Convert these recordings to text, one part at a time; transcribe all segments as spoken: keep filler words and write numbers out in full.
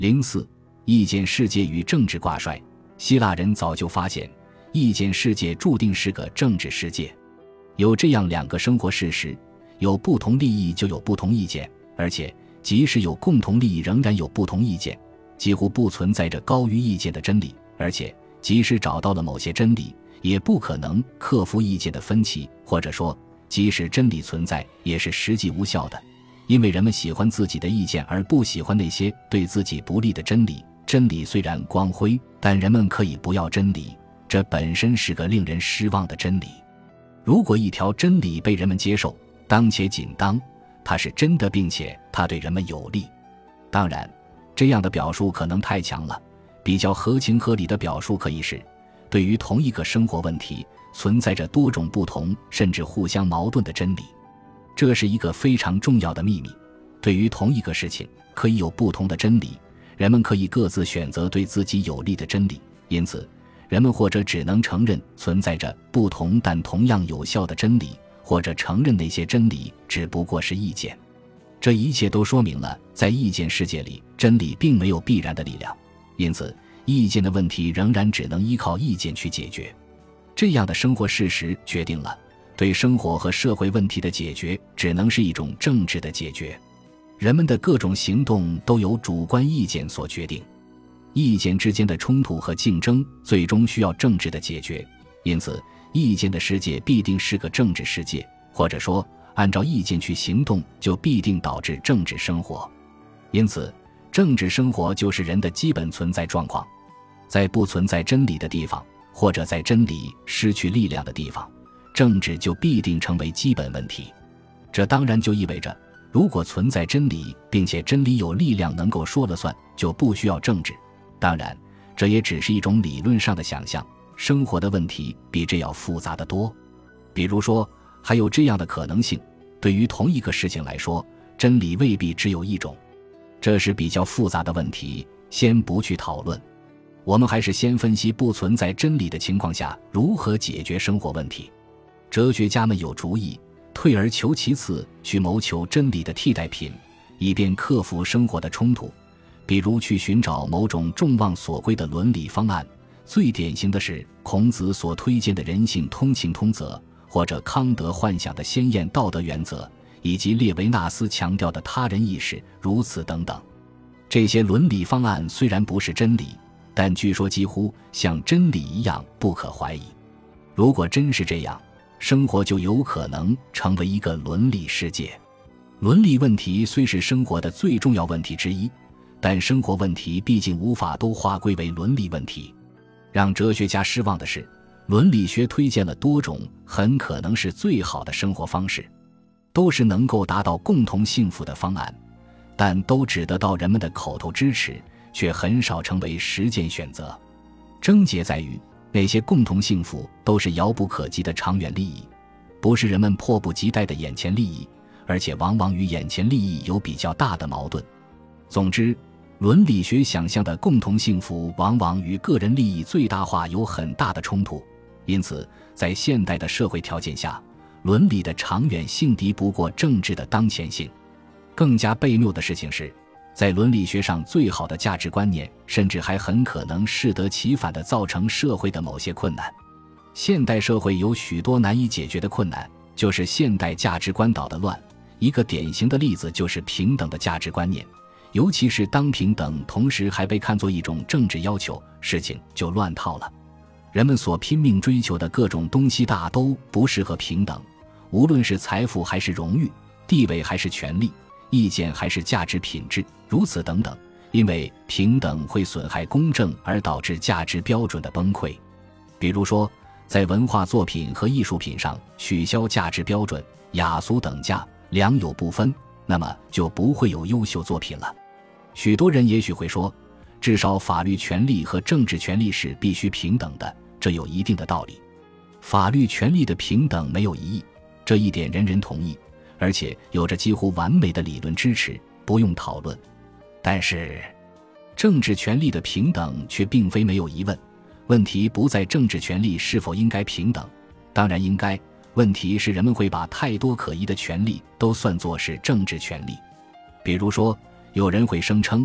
零四意见世界与政治挂帅。希腊人早就发现，意见世界注定是个政治世界。有这样两个生活事实：有不同利益就有不同意见，而且即使有共同利益仍然有不同意见，几乎不存在着高于意见的真理，而且即使找到了某些真理，也不可能克服意见的分歧，或者说即使真理存在也是实际无效的，因为人们喜欢自己的意见而不喜欢那些对自己不利的真理。真理虽然光辉，但人们可以不要真理，这本身是个令人失望的真理。如果一条真理被人们接受，当且仅当它是真的，并且它对人们有利。当然，这样的表述可能太强了，比较合情合理的表述可以是，对于同一个生活问题，存在着多种不同甚至互相矛盾的真理。这是一个非常重要的秘密，对于同一个事情可以有不同的真理，人们可以各自选择对自己有利的真理，因此人们或者只能承认存在着不同但同样有效的真理，或者承认那些真理只不过是意见。这一切都说明了，在意见世界里，真理并没有必然的力量，因此意见的问题仍然只能依靠意见去解决。这样的生活事实决定了，对生活和社会问题的解决只能是一种政治的解决。人们的各种行动都由主观意见所决定，意见之间的冲突和竞争最终需要政治的解决，因此意见的世界必定是个政治世界，或者说按照意见去行动就必定导致政治生活。因此政治生活就是人的基本存在状况。在不存在真理的地方，或者在真理失去力量的地方，政治就必定成为基本问题。这当然就意味着，如果存在真理，并且真理有力量能够说了算，就不需要政治。当然，这也只是一种理论上的想象，生活的问题比这要复杂得多。比如说，还有这样的可能性，对于同一个事情来说，真理未必只有一种。这是比较复杂的问题，先不去讨论。我们还是先分析不存在真理的情况下如何解决生活问题。哲学家们有主意，退而求其次，去谋求真理的替代品，以便克服生活的冲突，比如去寻找某种众望所归的伦理方案。最典型的是孔子所推荐的人性通情通则，或者康德幻想的鲜艳道德原则，以及列维纳斯强调的他人意识，如此等等。这些伦理方案虽然不是真理，但据说几乎像真理一样不可怀疑。如果真是这样，生活就有可能成为一个伦理世界。伦理问题虽是生活的最重要问题之一，但生活问题毕竟无法都划归为伦理问题。让哲学家失望的是，伦理学推荐了多种很可能是最好的生活方式，都是能够达到共同幸福的方案，但都只得到人们的口头支持，却很少成为实践选择。症结在于，那些共同幸福都是遥不可及的长远利益，不是人们迫不及待的眼前利益，而且往往与眼前利益有比较大的矛盾。总之，伦理学想象的共同幸福往往与个人利益最大化有很大的冲突，因此在现代的社会条件下，伦理的长远性敌不过政治的当前性。更加悖谬的事情是，在伦理学上最好的价值观念，甚至还很可能适得其反地造成社会的某些困难。现代社会有许多难以解决的困难，就是现代价值观捣的乱。一个典型的例子就是平等的价值观念，尤其是当平等同时还被看作一种政治要求，事情就乱套了。人们所拼命追求的各种东西大都不适合平等，无论是财富还是荣誉，地位还是权力，意见还是价值品质，如此等等，因为平等会损害公正而导致价值标准的崩溃。比如说，在文化作品和艺术品上取消价值标准，雅俗等价，良莠不分，那么就不会有优秀作品了。许多人也许会说，至少法律权利和政治权利是必须平等的，这有一定的道理。法律权利的平等没有异议，这一点人人同意，而且有着几乎完美的理论支持，不用讨论。但是政治权利的平等却并非没有疑问，问题不在政治权利是否应该平等，当然应该，问题是人们会把太多可疑的权利都算作是政治权利。比如说，有人会声称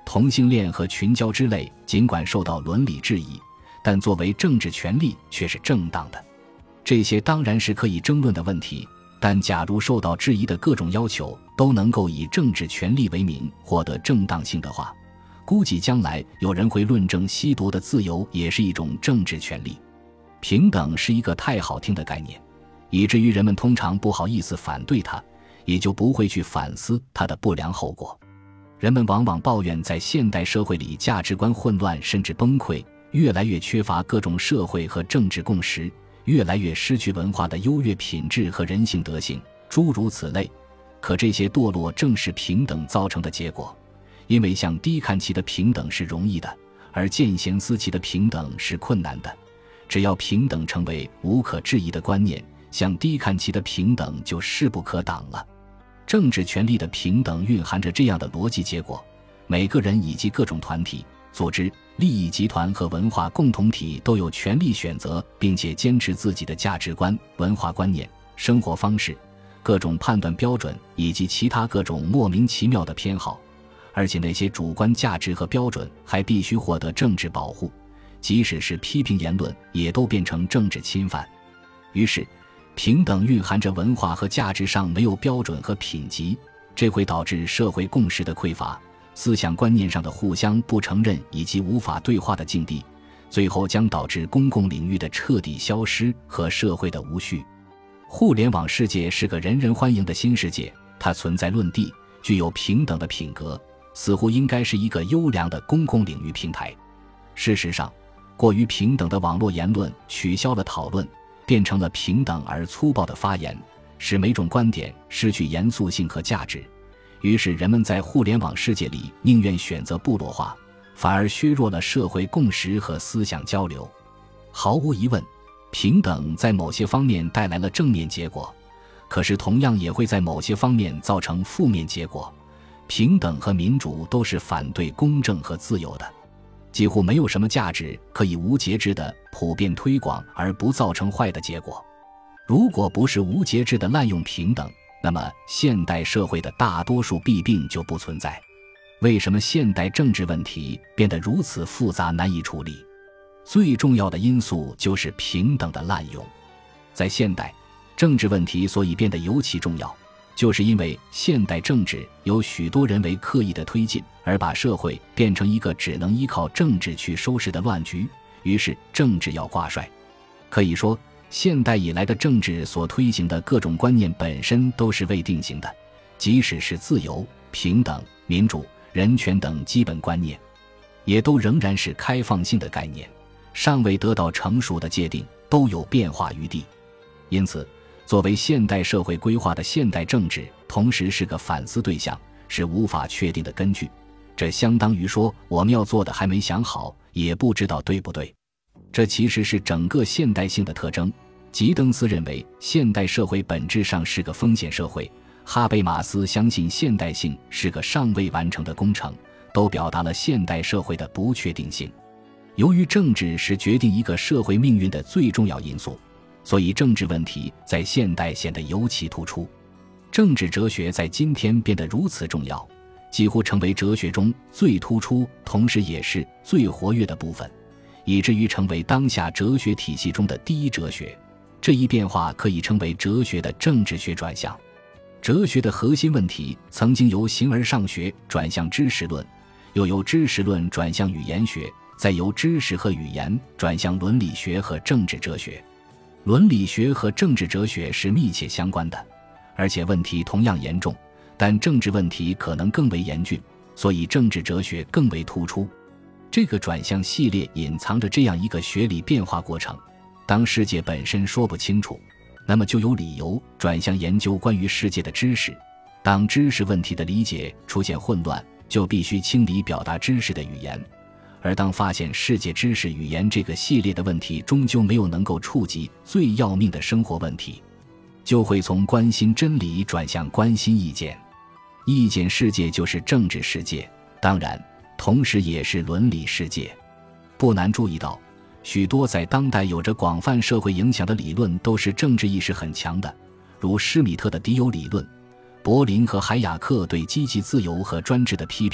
同性恋和群交之类尽管受到伦理质疑，但作为政治权利却是正当的。这些当然是可以争论的问题，但假如受到质疑的各种要求都能够以政治权利为名获得正当性的话，估计将来有人会论证吸毒的自由也是一种政治权利。平等是一个太好听的概念，以至于人们通常不好意思反对它，也就不会去反思它的不良后果。人们往往抱怨在现代社会里价值观混乱甚至崩溃，越来越缺乏各种社会和政治共识，越来越失去文化的优越品质和人性德性，诸如此类。可这些堕落正是平等造成的结果，因为向低看齐的平等是容易的，而见贤思齐的平等是困难的。只要平等成为无可置疑的观念，向低看齐的平等就势不可挡了。政治权利的平等蕴含着这样的逻辑结果：每个人以及各种团体、组织、利益集团和文化共同体都有权利选择并且坚持自己的价值观、文化观念、生活方式、各种判断标准以及其他各种莫名其妙的偏好，而且那些主观价值和标准还必须获得政治保护，即使是批评言论也都变成政治侵犯。于是平等蕴含着文化和价值上没有标准和品级，这会导致社会共识的匮乏，思想观念上的互相不承认以及无法对话的境地，最后将导致公共领域的彻底消失和社会的无序。互联网世界是个人人欢迎的新世界，它存在论地，具有平等的品格，似乎应该是一个优良的公共领域平台。事实上，过于平等的网络言论取消了讨论，变成了平等而粗暴的发言，使每种观点失去严肃性和价值。于是人们在互联网世界里宁愿选择部落化，反而削弱了社会共识和思想交流。毫无疑问，平等在某些方面带来了正面结果，可是同样也会在某些方面造成负面结果。平等和民主都是反对公正和自由的，几乎没有什么价值可以无节制地普遍推广而不造成坏的结果。如果不是无节制地滥用平等，那么现代社会的大多数弊病就不存在。为什么现代政治问题变得如此复杂难以处理？最重要的因素就是平等的滥用。在现代，政治问题所以变得尤其重要，就是因为现代政治有许多人为刻意的推进，而把社会变成一个只能依靠政治去收拾的乱局，于是政治要挂帅。可以说，现代以来的政治所推行的各种观念本身都是未定型的，即使是自由、平等、民主、人权等基本观念，也都仍然是开放性的概念，尚未得到成熟的界定，都有变化余地。因此，作为现代社会规划的现代政治，同时是个反思对象，是无法确定的根据。这相当于说，我们要做的还没想好，也不知道对不对。这其实是整个现代性的特征。吉登斯认为，现代社会本质上是个风险社会；哈贝马斯相信现代性是个尚未完成的工程，都表达了现代社会的不确定性。由于政治是决定一个社会命运的最重要因素，所以政治问题在现代显得尤其突出。政治哲学在今天变得如此重要，几乎成为哲学中最突出，同时也是最活跃的部分，以至于成为当下哲学体系中的第一哲学。这一变化可以称为哲学的政治学转向。哲学的核心问题曾经由形而上学转向知识论，又由知识论转向语言学，再由知识和语言转向伦理学和政治哲学。伦理学和政治哲学是密切相关的，而且问题同样严重，但政治问题可能更为严峻，所以政治哲学更为突出。这个转向系列隐藏着这样一个学理变化过程：当世界本身说不清楚，那么就有理由转向研究关于世界的知识；当知识问题的理解出现混乱，就必须清理表达知识的语言。而当发现世界知识语言这个系列的问题终究没有能够触及最要命的生活问题，就会从关心真理转向关心意见。意见世界就是政治世界，当然同时也是伦理世界。不难注意到，许多在当代有着广泛社会影响的理论都是政治意识很强的，如施米特的迪欧理论，柏林和海雅克对积极自由和专制的批评，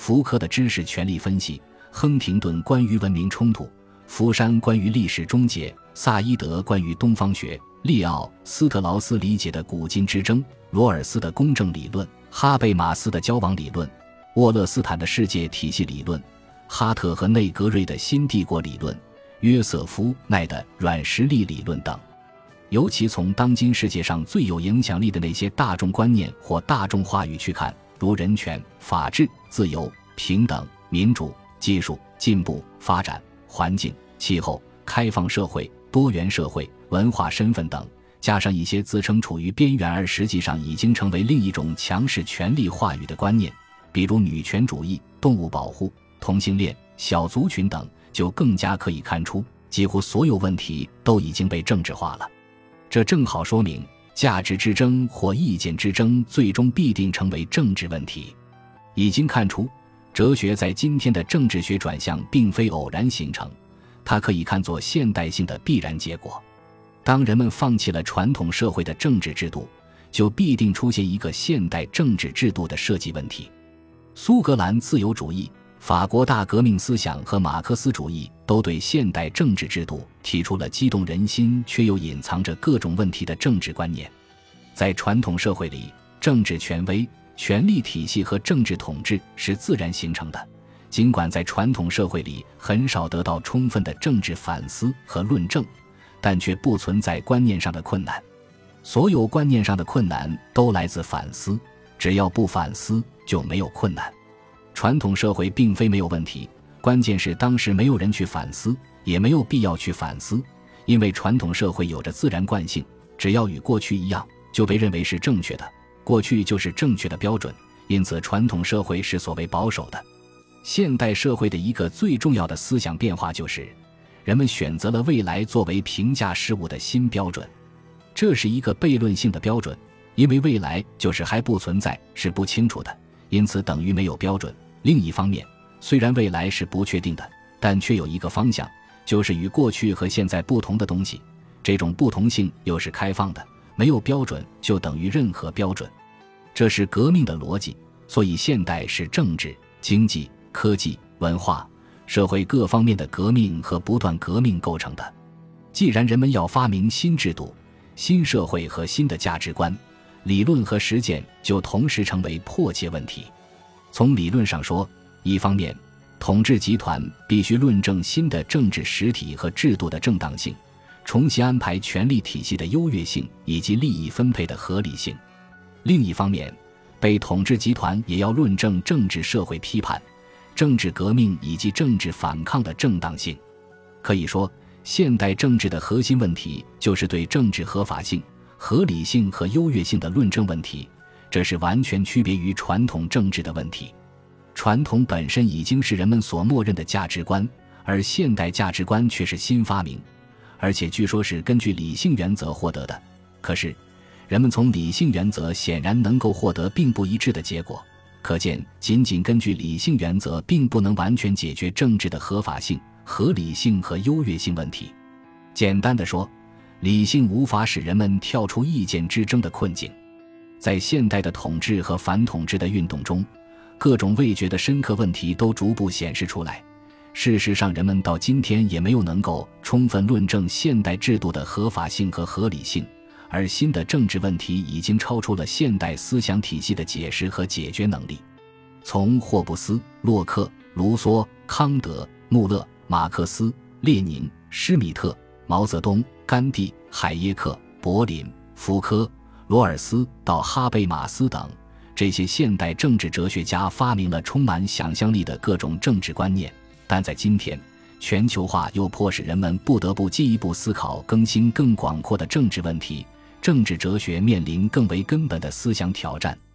福柯的知识权力分析，亨廷顿关于文明冲突，福山关于历史终结，萨伊德关于东方学，利奥斯特劳斯理解的古今之争，罗尔斯的公正理论，哈贝马斯的交往理论，沃勒斯坦的世界体系理论，哈特和内格瑞的新帝国理论，约瑟夫奈的软实力理论等。尤其从当今世界上最有影响力的那些大众观念或大众话语去看，如人权、法治、自由、平等、民主、技术、进步、发展、环境、气候、开放社会、多元社会、文化身份等，加上一些自称处于边缘而实际上已经成为另一种强势权力话语的观念，比如女权主义、动物保护、同性恋、小族群等，就更加可以看出，几乎所有问题都已经被政治化了。这正好说明，价值之争或意见之争最终必定成为政治问题。已经看出，哲学在今天的政治学转向并非偶然形成，它可以看作现代性的必然结果。当人们放弃了传统社会的政治制度，就必定出现一个现代政治制度的设计问题。苏格兰自由主义、法国大革命思想和马克思主义都对现代政治制度提出了激动人心却又隐藏着各种问题的政治观念。在传统社会里，政治权威、权力体系和政治统治是自然形成的，尽管在传统社会里很少得到充分的政治反思和论证，但却不存在观念上的困难。所有观念上的困难都来自反思，只要不反思就没有困难。传统社会并非没有问题，关键是当时没有人去反思，也没有必要去反思，因为传统社会有着自然惯性，只要与过去一样，就被认为是正确的，过去就是正确的标准，因此传统社会是所谓保守的。现代社会的一个最重要的思想变化就是，人们选择了未来作为评价事物的新标准。这是一个悖论性的标准，因为未来就是还不存在，是不清楚的，因此等于没有标准。另一方面，虽然未来是不确定的，但却有一个方向，就是与过去和现在不同的东西，这种不同性又是开放的，没有标准就等于任何标准。这是革命的逻辑，所以现代是政治、经济、科技、文化、社会各方面的革命和不断革命构成的。既然人们要发明新制度、新社会和新的价值观，理论和实践就同时成为迫切问题。从理论上说，一方面，统治集团必须论证新的政治实体和制度的正当性，重新安排权力体系的优越性以及利益分配的合理性；另一方面，被统治集团也要论证政治社会批判、政治革命以及政治反抗的正当性。可以说，现代政治的核心问题就是对政治合法性、合理性和优越性的论证问题，这是完全区别于传统政治的问题。传统本身已经是人们所默认的价值观，而现代价值观却是新发明，而且据说是根据理性原则获得的。可是，人们从理性原则显然能够获得并不一致的结果，可见仅仅根据理性原则并不能完全解决政治的合法性、合理性和优越性问题。简单的说，理性无法使人们跳出意见之争的困境。在现代的统治和反统治的运动中，各种未决的深刻问题都逐步显示出来。事实上，人们到今天也没有能够充分论证现代制度的合法性和合理性，而新的政治问题已经超出了现代思想体系的解释和解决能力。从霍布斯、洛克、卢梭、康德、穆勒、马克思、列宁、施米特、毛泽东、甘地、海耶克、柏林、福柯、罗尔斯到哈贝马斯等，这些现代政治哲学家发明了充满想象力的各种政治观念，但在今天，全球化又迫使人们不得不进一步思考更新更广阔的政治问题，政治哲学面临更为根本的思想挑战。